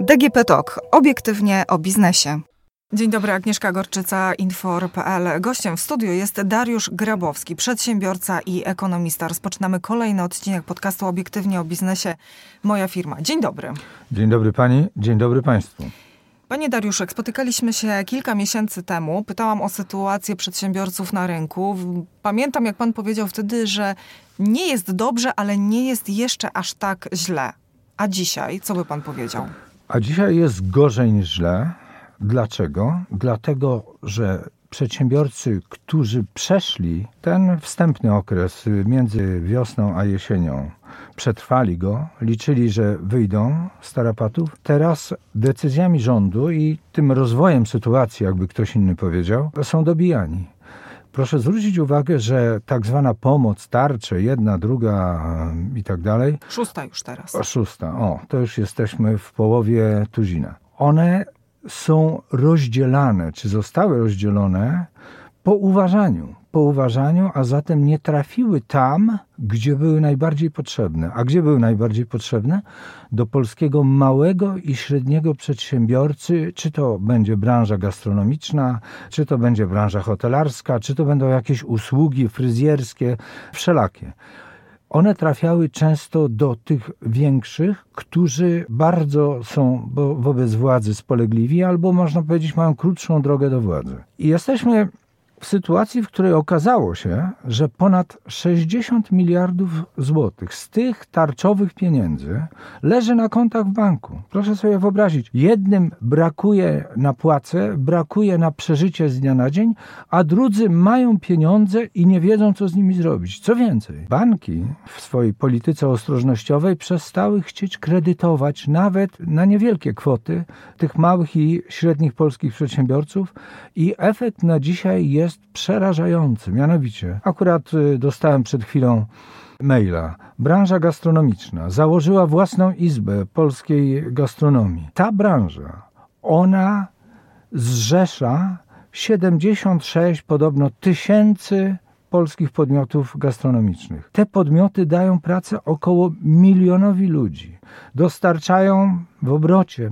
DGP Talk. Obiektywnie o biznesie. Dzień dobry, Agnieszka Gorczyca, Infor.pl. Gościem w studiu jest Dariusz Grabowski, przedsiębiorca i ekonomista. Rozpoczynamy kolejny odcinek podcastu Obiektywnie o biznesie. Moja firma. Dzień dobry. Dzień dobry pani, dzień dobry państwu. Panie Dariuszek, spotykaliśmy się kilka miesięcy temu. Pytałam o sytuację przedsiębiorców na rynku. Pamiętam, jak pan powiedział wtedy, że nie jest dobrze, ale nie jest jeszcze aż tak źle. A dzisiaj, co by pan powiedział? A dzisiaj jest gorzej niż źle. Dlaczego? Dlatego, że przedsiębiorcy, którzy przeszli ten wstępny okres między wiosną a jesienią, przetrwali go, liczyli, że wyjdą z tarapatów, teraz decyzjami rządu i tym rozwojem sytuacji, jakby ktoś inny powiedział, są dobijani. Proszę zwrócić uwagę, że tak zwana pomoc, tarcze, jedna, druga i tak dalej. Szósta już teraz. Szósta, to już jesteśmy w połowie tuzina. One są rozdzielane, czy zostały rozdzielone po uważaniu, a zatem nie trafiły tam, gdzie były najbardziej potrzebne. A gdzie były najbardziej potrzebne? Do polskiego małego i średniego przedsiębiorcy, czy to będzie branża gastronomiczna, czy to będzie branża hotelarska, czy to będą jakieś usługi fryzjerskie, wszelakie. One trafiały często do tych większych, którzy bardzo są wobec władzy spolegliwi albo można powiedzieć mają krótszą drogę do władzy. I jesteśmy w sytuacji, w której okazało się, że ponad 60 miliardów złotych z tych tarczowych pieniędzy leży na kontach w banku. Proszę sobie wyobrazić, jednym brakuje na płace, brakuje na przeżycie z dnia na dzień, a drudzy mają pieniądze i nie wiedzą, co z nimi zrobić. Co więcej, banki w swojej polityce ostrożnościowej przestały chcieć kredytować nawet na niewielkie kwoty tych małych i średnich polskich przedsiębiorców i efekt na dzisiaj jest przerażający. Mianowicie, akurat dostałem przed chwilą maila. Branża gastronomiczna założyła własną izbę polskiej gastronomii. Ta branża, ona zrzesza 76 podobno tysięcy polskich podmiotów gastronomicznych. Te podmioty dają pracę około 1 milionowi ludzi. Dostarczają w obrocie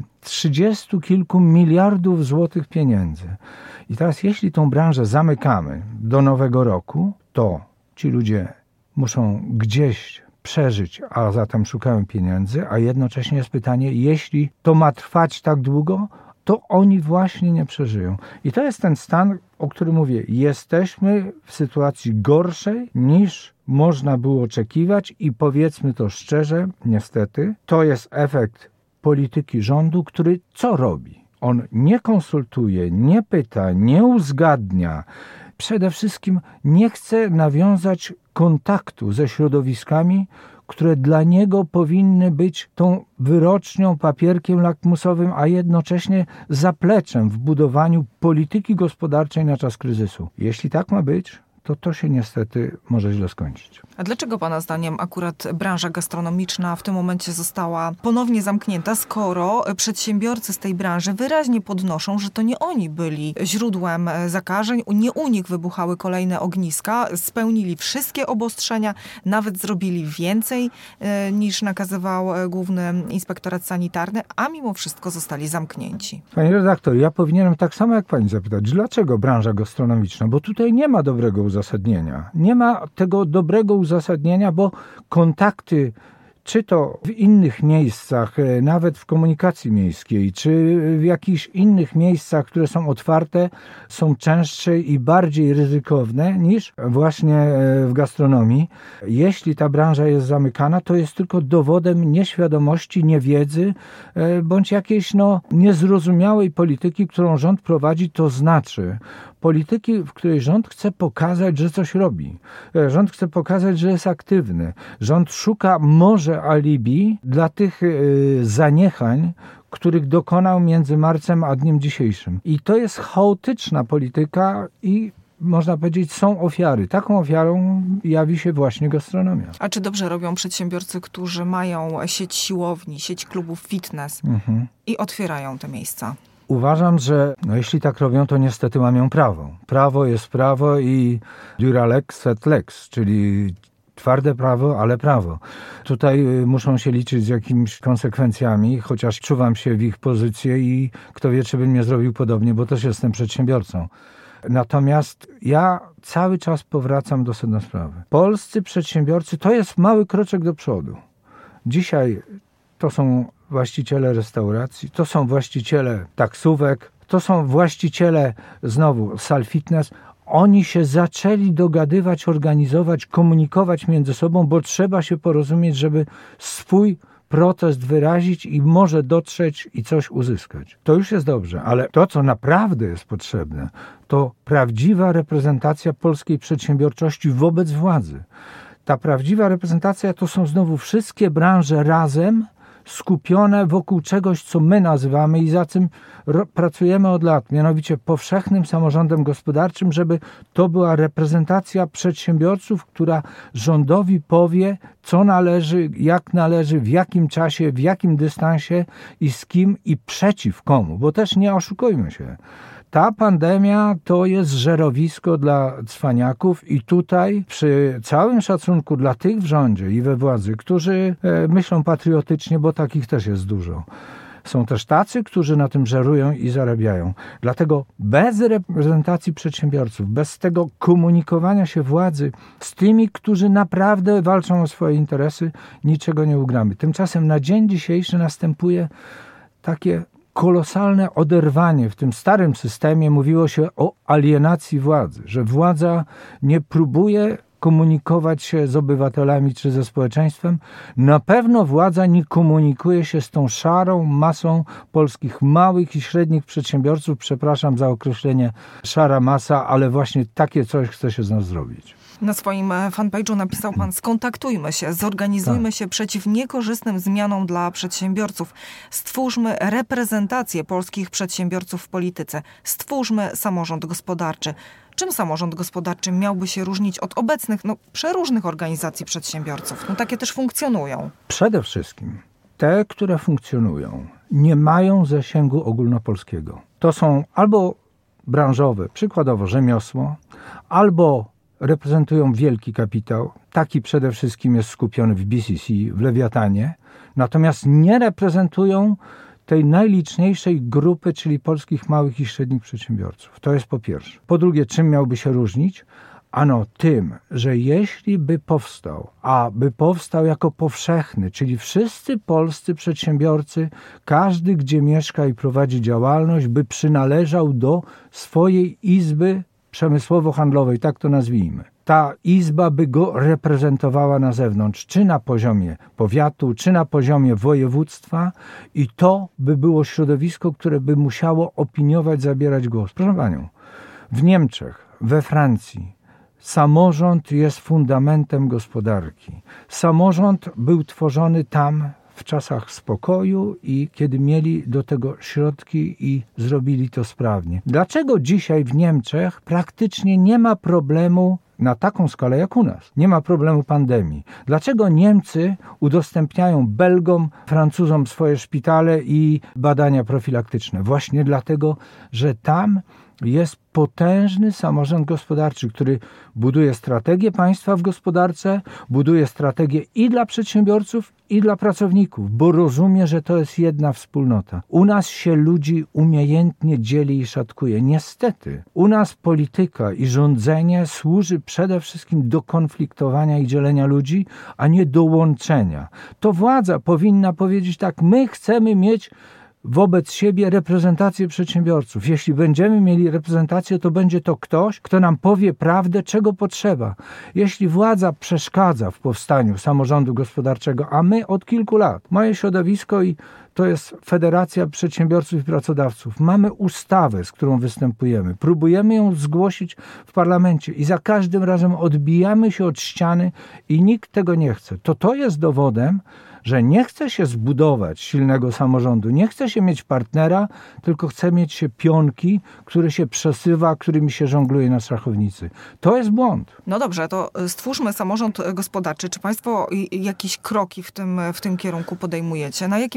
30 kilku miliardów złotych pieniędzy. I teraz jeśli tą branżę zamykamy do nowego roku, to ci ludzie muszą gdzieś przeżyć, a zatem szukają pieniędzy, a jednocześnie jest pytanie, jeśli to ma trwać tak długo, to oni właśnie nie przeżyją. I to jest ten stan, o którym mówię. Jesteśmy w sytuacji gorszej niż można było oczekiwać i powiedzmy to szczerze, niestety, to jest efekt polityki rządu, który co robi? On nie konsultuje, nie pyta, nie uzgadnia. Przede wszystkim nie chce nawiązać kontaktu ze środowiskami, które dla niego powinny być tą wyrocznią, papierkiem lakmusowym, a jednocześnie zapleczem w budowaniu polityki gospodarczej na czas kryzysu. Jeśli tak ma być, to się niestety może źle skończyć. A dlaczego pana zdaniem akurat branża gastronomiczna w tym momencie została ponownie zamknięta, skoro przedsiębiorcy z tej branży wyraźnie podnoszą, że to nie oni byli źródłem zakażeń, nie u nich wybuchały kolejne ogniska, spełnili wszystkie obostrzenia, nawet zrobili więcej niż nakazywał Główny Inspektorat Sanitarny, a mimo wszystko zostali zamknięci. Pani redaktor, ja powinienem tak samo jak pani zapytać, dlaczego branża gastronomiczna? Bo tutaj nie ma dobrego uzasadnienia. Nie ma tego dobrego uzasadnienia, bo kontakty, czy to w innych miejscach, nawet w komunikacji miejskiej, czy w jakichś innych miejscach, które są otwarte, są częstsze i bardziej ryzykowne niż właśnie w gastronomii. Jeśli ta branża jest zamykana, to jest tylko dowodem nieświadomości, niewiedzy, bądź jakiejś niezrozumiałej polityki, którą rząd prowadzi, to znaczy polityki, w której rząd chce pokazać, że coś robi. Rząd chce pokazać, że jest aktywny. Rząd szuka może alibi dla tych zaniechań, których dokonał między marcem a dniem dzisiejszym. I to jest chaotyczna polityka i można powiedzieć, są ofiary. Taką ofiarą jawi się właśnie gastronomia. A czy dobrze robią przedsiębiorcy, którzy mają sieć siłowni, sieć klubów fitness i otwierają te miejsca? Uważam, że jeśli tak robią, to niestety mają prawo. Prawo jest prawo i dura lex et lex, czyli Twarde prawo, ale prawo. Tutaj muszą się liczyć z jakimiś konsekwencjami, chociaż czuwam się w ich pozycję i kto wie, czy bym nie zrobił podobnie, bo też jestem przedsiębiorcą. Natomiast ja cały czas powracam do sedna sprawy. Polscy przedsiębiorcy to jest mały kroczek do przodu. Dzisiaj to są właściciele restauracji, to są właściciele taksówek, to są właściciele znowu sal fitness. Oni się zaczęli dogadywać, organizować, komunikować między sobą, bo trzeba się porozumieć, żeby swój protest wyrazić i może dotrzeć i coś uzyskać. To już jest dobrze, ale to, co naprawdę jest potrzebne, to prawdziwa reprezentacja polskiej przedsiębiorczości wobec władzy. Ta prawdziwa reprezentacja to są znowu wszystkie branże razem, skupione wokół czegoś, co my nazywamy i za czym pracujemy od lat, mianowicie powszechnym samorządem gospodarczym, żeby to była reprezentacja przedsiębiorców, która rządowi powie, co należy, jak należy, w jakim czasie, w jakim dystansie i z kim i przeciw komu, bo też nie oszukujmy się. Ta pandemia to jest żerowisko dla cwaniaków i tutaj przy całym szacunku dla tych w rządzie i we władzy, którzy myślą patriotycznie, bo takich też jest dużo. Są też tacy, którzy na tym żerują i zarabiają. Dlatego bez reprezentacji przedsiębiorców, bez tego komunikowania się władzy z tymi, którzy naprawdę walczą o swoje interesy, niczego nie ugramy. Tymczasem na dzień dzisiejszy następuje takie kolosalne oderwanie. W tym starym systemie mówiło się o alienacji władzy, że władza nie próbuje komunikować się z obywatelami czy ze społeczeństwem. Na pewno władza nie komunikuje się z tą szarą masą polskich małych i średnich przedsiębiorców. Przepraszam za określenie szara masa, ale właśnie takie coś chce się z nas zrobić. Na swoim fanpage'u napisał pan: skontaktujmy się, zorganizujmy się przeciw niekorzystnym zmianom dla przedsiębiorców. Stwórzmy reprezentację polskich przedsiębiorców w polityce. Stwórzmy samorząd gospodarczy. Czym samorząd gospodarczy miałby się różnić od obecnych, przeróżnych organizacji przedsiębiorców? Takie też funkcjonują. Przede wszystkim te, które funkcjonują, nie mają zasięgu ogólnopolskiego. To są albo branżowe, przykładowo rzemiosło, albo reprezentują wielki kapitał. Taki przede wszystkim jest skupiony w BCC, w Lewiatanie. Natomiast nie reprezentują tej najliczniejszej grupy, czyli polskich małych i średnich przedsiębiorców. To jest po pierwsze. Po drugie, czym miałby się różnić? Ano tym, że jeśli by powstał, a by powstał jako powszechny, czyli wszyscy polscy przedsiębiorcy, każdy, gdzie mieszka i prowadzi działalność, by przynależał do swojej izby przemysłowo-handlowej, tak to nazwijmy. Ta izba by go reprezentowała na zewnątrz, czy na poziomie powiatu, czy na poziomie województwa i to by było środowisko, które by musiało opiniować, zabierać głos. Proszę panią, w Niemczech, we Francji samorząd jest fundamentem gospodarki. Samorząd był tworzony tam w czasach spokoju i kiedy mieli do tego środki i zrobili to sprawnie. Dlaczego dzisiaj w Niemczech praktycznie nie ma problemu na taką skalę jak u nas? Nie ma problemu pandemii. Dlaczego Niemcy udostępniają Belgom, Francuzom swoje szpitale i badania profilaktyczne? Właśnie dlatego, że tam jest potężny samorząd gospodarczy, który buduje strategię państwa w gospodarce, buduje strategię i dla przedsiębiorców, i dla pracowników, bo rozumie, że to jest jedna wspólnota. U nas się ludzi umiejętnie dzieli i szatkuje. Niestety, u nas polityka i rządzenie służy przede wszystkim do konfliktowania i dzielenia ludzi, a nie do łączenia. To władza powinna powiedzieć tak: my chcemy mieć wobec siebie reprezentację przedsiębiorców. Jeśli będziemy mieli reprezentację, to będzie to ktoś, kto nam powie prawdę, czego potrzeba. Jeśli władza przeszkadza w powstaniu samorządu gospodarczego, a my od kilku lat, moje środowisko i to jest Federacja Przedsiębiorców i Pracodawców, mamy ustawę, z którą występujemy. Próbujemy ją zgłosić w parlamencie i za każdym razem odbijamy się od ściany i nikt tego nie chce. To jest dowodem, że nie chce się zbudować silnego samorządu, nie chce się mieć partnera, tylko chce mieć się pionki, które się przesywa, którymi się żongluje na szachownicy. To jest błąd. No dobrze, to stwórzmy samorząd gospodarczy. Czy państwo jakieś kroki w tym kierunku podejmujecie? Na jakim to jest w ogóle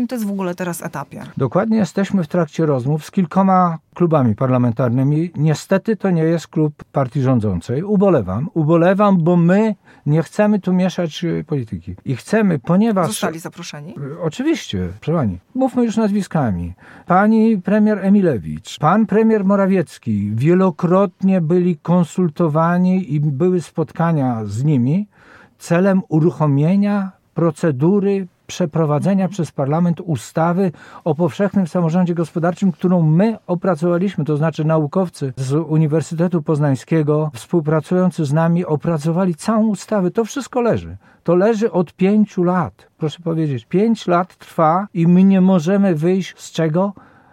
dole teraz etapie? Dokładnie jesteśmy w trakcie rozmów z kilkoma klubami parlamentarnymi. Niestety to nie jest klub partii rządzącej. Ubolewam, bo my nie chcemy tu mieszać polityki. I chcemy, ponieważ... Zostali zaproszeni? Oczywiście, proszę pani. Mówmy już nazwiskami. Pani premier Emilewicz, pan premier Morawiecki wielokrotnie byli konsultowani i były spotkania z nimi celem uruchomienia procedury przeprowadzenia przez parlament ustawy o powszechnym samorządzie gospodarczym, którą my opracowaliśmy, to znaczy naukowcy z Uniwersytetu Poznańskiego współpracujący z nami opracowali całą ustawę. To wszystko leży. To leży od 5 lat. Proszę powiedzieć, 5 lat trwa i my nie możemy wyjść z czego?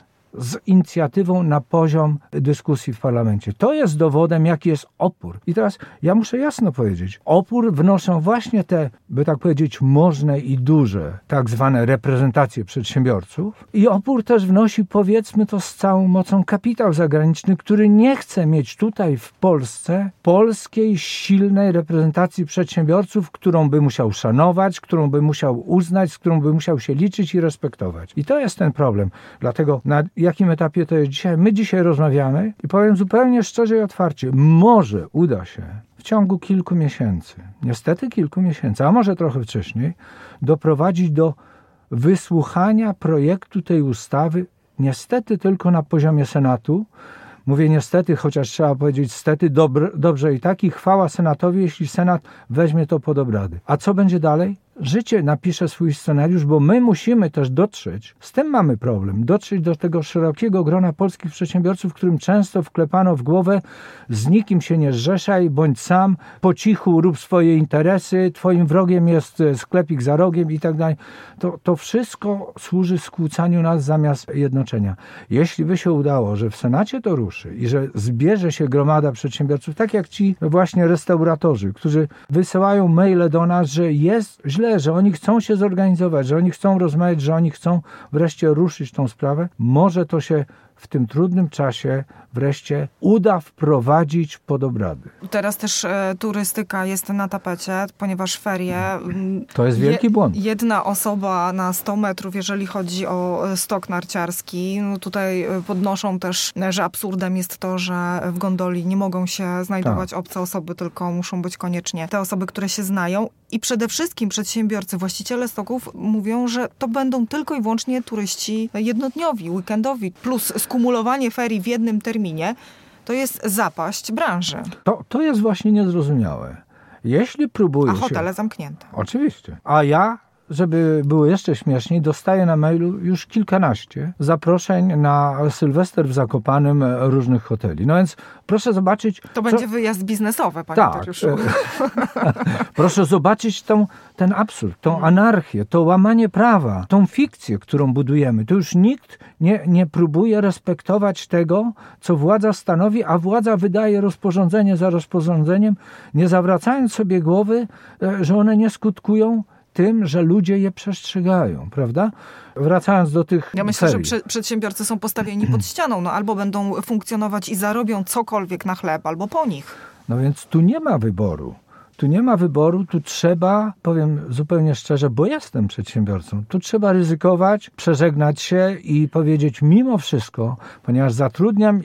Z inicjatywą na poziom dyskusji w parlamencie. To jest dowodem, jaki jest opór. I teraz ja muszę jasno powiedzieć, opór wnoszą właśnie te, by tak powiedzieć, możne i duże, tak zwane reprezentacje przedsiębiorców. I opór też wnosi, powiedzmy to z całą mocą, kapitał zagraniczny, który nie chce mieć tutaj w Polsce polskiej, silnej reprezentacji przedsiębiorców, którą by musiał szanować, którą by musiał uznać, z którą by musiał się liczyć i respektować. I to jest ten problem. Dlatego na jakim etapie to jest dzisiaj? My dzisiaj rozmawiamy i powiem zupełnie szczerze i otwarcie, może uda się w ciągu kilku miesięcy, niestety kilku miesięcy, a może trochę wcześniej, doprowadzić do wysłuchania projektu tej ustawy, niestety tylko na poziomie Senatu. Mówię niestety, chociaż trzeba powiedzieć stety, dobrze i tak, i chwała Senatowi, jeśli Senat weźmie to pod obrady. A co będzie dalej? Życie napisze swój scenariusz, bo my musimy też dotrzeć, z tym mamy problem, dotrzeć do tego szerokiego grona polskich przedsiębiorców, którym często wklepano w głowę, z nikim się nie zrzeszaj, bądź sam, po cichu rób swoje interesy, twoim wrogiem jest sklepik za rogiem i tak dalej. To wszystko służy skłócaniu nas zamiast jednoczenia. Jeśli by się udało, że w Senacie to ruszy i że zbierze się gromada przedsiębiorców, tak jak ci właśnie restauratorzy, którzy wysyłają maile do nas, że jest źle, że oni chcą się zorganizować, że oni chcą rozmawiać, że oni chcą wreszcie ruszyć tą sprawę, może to się w tym trudnym czasie wreszcie uda wprowadzić pod obrady. Teraz też turystyka jest na tapecie, ponieważ ferie... To jest wielki błąd. Jedna osoba na 100 metrów, jeżeli chodzi o stok narciarski. No tutaj podnoszą też, że absurdem jest to, że w gondoli nie mogą się znajdować obce osoby, tylko muszą być koniecznie te osoby, które się znają. I przede wszystkim przedsiębiorcy, właściciele stoków mówią, że to będą tylko i wyłącznie turyści jednodniowi, weekendowi, plus skumulowanie ferii w jednym terminie, to jest zapaść branży. To jest właśnie niezrozumiałe. Jeśli próbuje się... A hotele zamknięte. Oczywiście. A ja, żeby było jeszcze śmieszniej, dostaję na mailu już kilkanaście zaproszeń na Sylwester w Zakopanem różnych hoteli. No więc proszę zobaczyć... To będzie wyjazd biznesowy, panie Dariuszu. Proszę zobaczyć ten absurd, tą anarchię, to łamanie prawa, tą fikcję, którą budujemy. To już nikt nie próbuje respektować tego, co władza stanowi, a władza wydaje rozporządzenie za rozporządzeniem, nie zawracając sobie głowy, że one nie skutkują tym, że ludzie je przestrzegają, prawda? Wracając do tych Ja myślę, ferii. że przedsiębiorcy są postawieni pod ścianą, no albo będą funkcjonować i zarobią cokolwiek na chleb, albo po nich. No więc tu nie ma wyboru. Tu nie ma wyboru, tu trzeba, powiem zupełnie szczerze, bo jestem przedsiębiorcą, tu trzeba ryzykować, przeżegnać się i powiedzieć mimo wszystko, ponieważ zatrudniam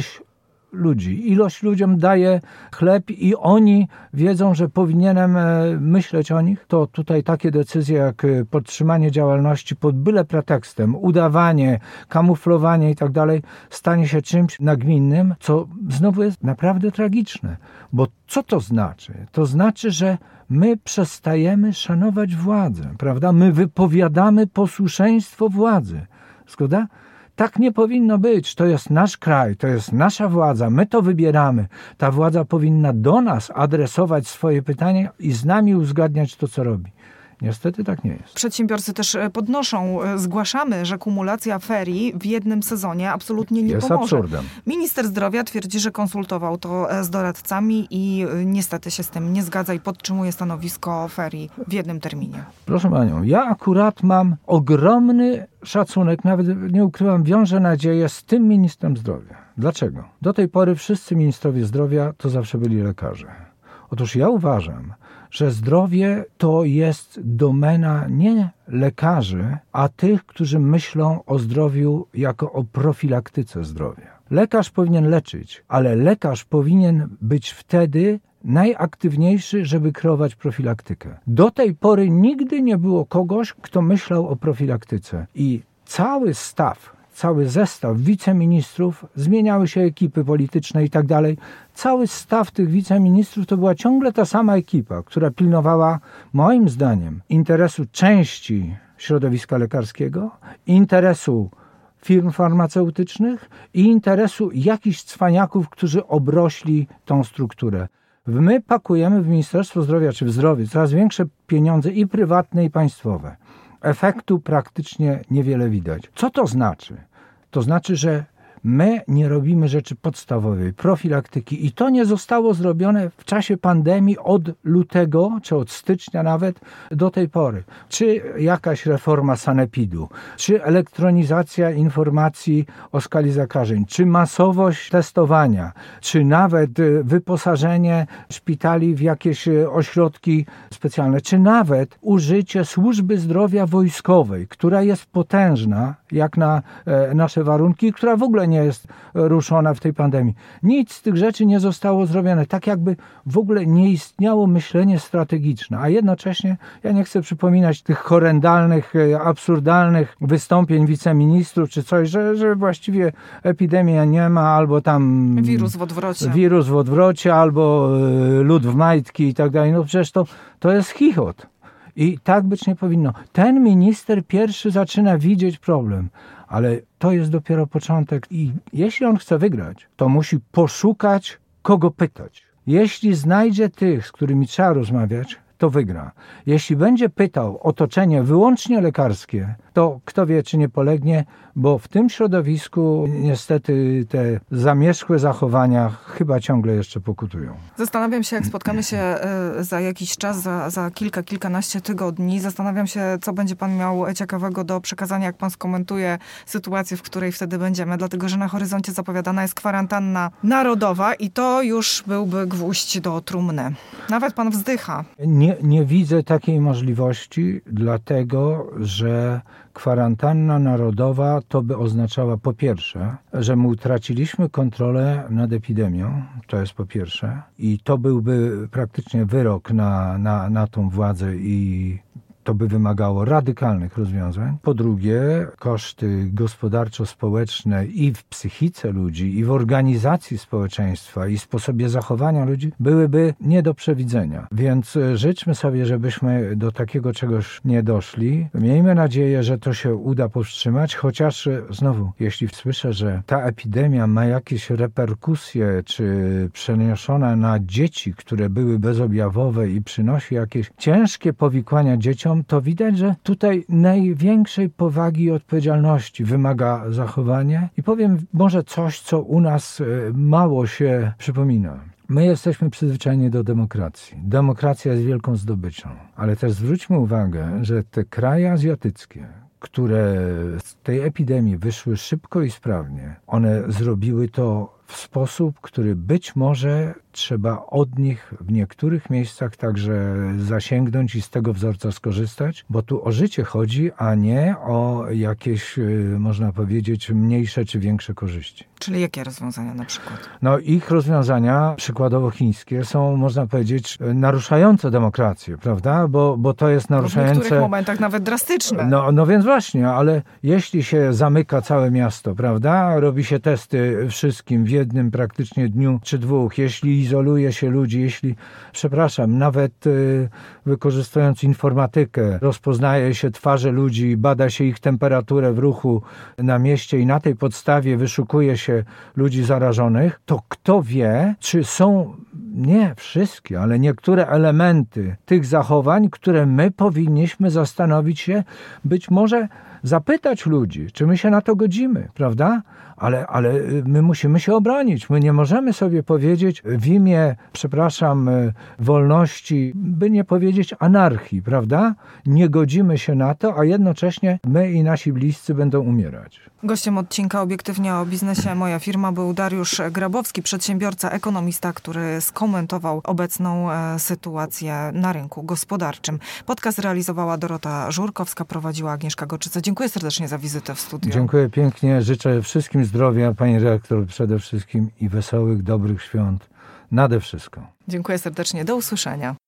ilość ludziom daję chleb i oni wiedzą, że powinienem myśleć o nich, to tutaj takie decyzje jak podtrzymanie działalności pod byle pretekstem, udawanie, kamuflowanie i tak dalej, stanie się czymś nagminnym, co znowu jest naprawdę tragiczne. Bo co to znaczy? To znaczy, że my przestajemy szanować władzę, prawda? My wypowiadamy posłuszeństwo władzy. Zgoda? Tak nie powinno być. To jest nasz kraj, to jest nasza władza, my to wybieramy. Ta władza powinna do nas adresować swoje pytania i z nami uzgadniać to, co robi. Niestety tak nie jest. Przedsiębiorcy też podnoszą, zgłaszamy, że kumulacja ferii w jednym sezonie absolutnie nie jest pomoże. Absurdem. Minister zdrowia twierdzi, że konsultował to z doradcami i niestety się z tym nie zgadza i podtrzymuje stanowisko ferii w jednym terminie. Proszę panią, ja akurat mam ogromny szacunek, nawet nie ukrywam, wiążę nadzieję z tym ministrem zdrowia. Dlaczego? Do tej pory wszyscy ministrowie zdrowia to zawsze byli lekarze. Otóż ja uważam, że zdrowie to jest domena nie lekarzy, a tych, którzy myślą o zdrowiu jako o profilaktyce zdrowia. Lekarz powinien leczyć, ale lekarz powinien być wtedy najaktywniejszy, żeby kreować profilaktykę. Do tej pory nigdy nie było kogoś, kto myślał o profilaktyce. I cały zestaw wiceministrów, zmieniały się ekipy polityczne i tak dalej. Cały staw tych wiceministrów to była ciągle ta sama ekipa, która pilnowała, moim zdaniem, interesu części środowiska lekarskiego, interesu firm farmaceutycznych i interesu jakichś cwaniaków, którzy obrośli tą strukturę. My pakujemy w Ministerstwo Zdrowia czy w zdrowie coraz większe pieniądze i prywatne, i państwowe. Efektu praktycznie niewiele widać. Co to znaczy? To znaczy, że my nie robimy rzeczy podstawowej, profilaktyki i to nie zostało zrobione w czasie pandemii od lutego, czy od stycznia nawet do tej pory. Czy jakaś reforma sanepidu, czy elektronizacja informacji o skali zakażeń, czy masowość testowania, czy nawet wyposażenie szpitali w jakieś ośrodki specjalne, czy nawet użycie służby zdrowia wojskowej, która jest potężna, jak na nasze warunki, która w ogóle nie jest ruszona w tej pandemii. Nic z tych rzeczy nie zostało zrobione. Tak jakby w ogóle nie istniało myślenie strategiczne. A jednocześnie, ja nie chcę przypominać tych horrendalnych, absurdalnych wystąpień wiceministrów czy coś, że właściwie epidemia nie ma, albo tam wirus w odwrocie, albo lód w majtki i tak dalej. No przecież to jest chichot. I tak być nie powinno. Ten minister pierwszy zaczyna widzieć problem, ale to jest dopiero początek i jeśli on chce wygrać, to musi poszukać, kogo pytać. Jeśli znajdzie tych, z którymi trzeba rozmawiać, to wygra. Jeśli będzie pytał otoczenie wyłącznie lekarskie, to kto wie, czy nie polegnie, bo w tym środowisku niestety te zamierzchłe zachowania chyba ciągle jeszcze pokutują. Zastanawiam się, jak spotkamy się za jakiś czas, za kilkanaście tygodni, zastanawiam się, co będzie pan miał ciekawego do przekazania, jak pan skomentuje sytuację, w której wtedy będziemy, dlatego że na horyzoncie zapowiadana jest kwarantanna narodowa i to już byłby gwóźdź do trumny. Nawet pan wzdycha. Nie widzę takiej możliwości, dlatego że kwarantanna narodowa to by oznaczała po pierwsze, że my utraciliśmy kontrolę nad epidemią, to jest po pierwsze, i to byłby praktycznie wyrok na tą władzę i to by wymagało radykalnych rozwiązań. Po drugie, koszty gospodarczo-społeczne i w psychice ludzi, i w organizacji społeczeństwa, i sposobie zachowania ludzi byłyby nie do przewidzenia. Więc życzmy sobie, żebyśmy do takiego czegoś nie doszli. Miejmy nadzieję, że to się uda powstrzymać, chociaż znowu, jeśli słyszę, że ta epidemia ma jakieś reperkusje, czy przeniesione na dzieci, które były bezobjawowe i przynosi jakieś ciężkie powikłania dzieciom, to widać, że tutaj największej powagi i odpowiedzialności wymaga zachowanie. I powiem może coś, co u nas mało się przypomina. My jesteśmy przyzwyczajeni do demokracji. Demokracja jest wielką zdobyczą. Ale też zwróćmy uwagę, że te kraje azjatyckie, które z tej epidemii wyszły szybko i sprawnie, one zrobiły to w sposób, który być może trzeba od nich w niektórych miejscach także zasięgnąć i z tego wzorca skorzystać, bo tu o życie chodzi, a nie o jakieś, można powiedzieć, mniejsze czy większe korzyści. Czyli jakie rozwiązania na przykład? No ich rozwiązania, przykładowo chińskie, są, można powiedzieć, naruszające demokrację, prawda? Bo to jest naruszające... W niektórych momentach nawet drastyczne. No więc właśnie, ale jeśli się zamyka całe miasto, prawda? Robi się testy wszystkim w jednym praktycznie dniu czy dwóch, jeśli izoluje się ludzi, nawet wykorzystując informatykę, rozpoznaje się twarze ludzi, bada się ich temperaturę w ruchu na mieście i na tej podstawie wyszukuje się ludzi zarażonych, to kto wie, czy są nie wszystkie, ale niektóre elementy tych zachowań, które my powinniśmy zastanowić się, być może zapytać ludzi, czy my się na to godzimy, prawda? ale my musimy się obronić. My nie możemy sobie powiedzieć w imię, wolności, by nie powiedzieć anarchii, prawda? Nie godzimy się na to, a jednocześnie my i nasi bliscy będą umierać. Gościem odcinka Obiektywnie o biznesie Moja firma był Dariusz Grabowski, przedsiębiorca, ekonomista, który skomentował obecną sytuację na rynku gospodarczym. Podcast realizowała Dorota Żurkowska, prowadziła Agnieszka Goczyca. Dziękuję serdecznie za wizytę w studiu. Dziękuję pięknie. Życzę wszystkim zdrowia, pani redaktor przede wszystkim i wesołych, dobrych świąt nade wszystko. Dziękuję serdecznie. Do usłyszenia.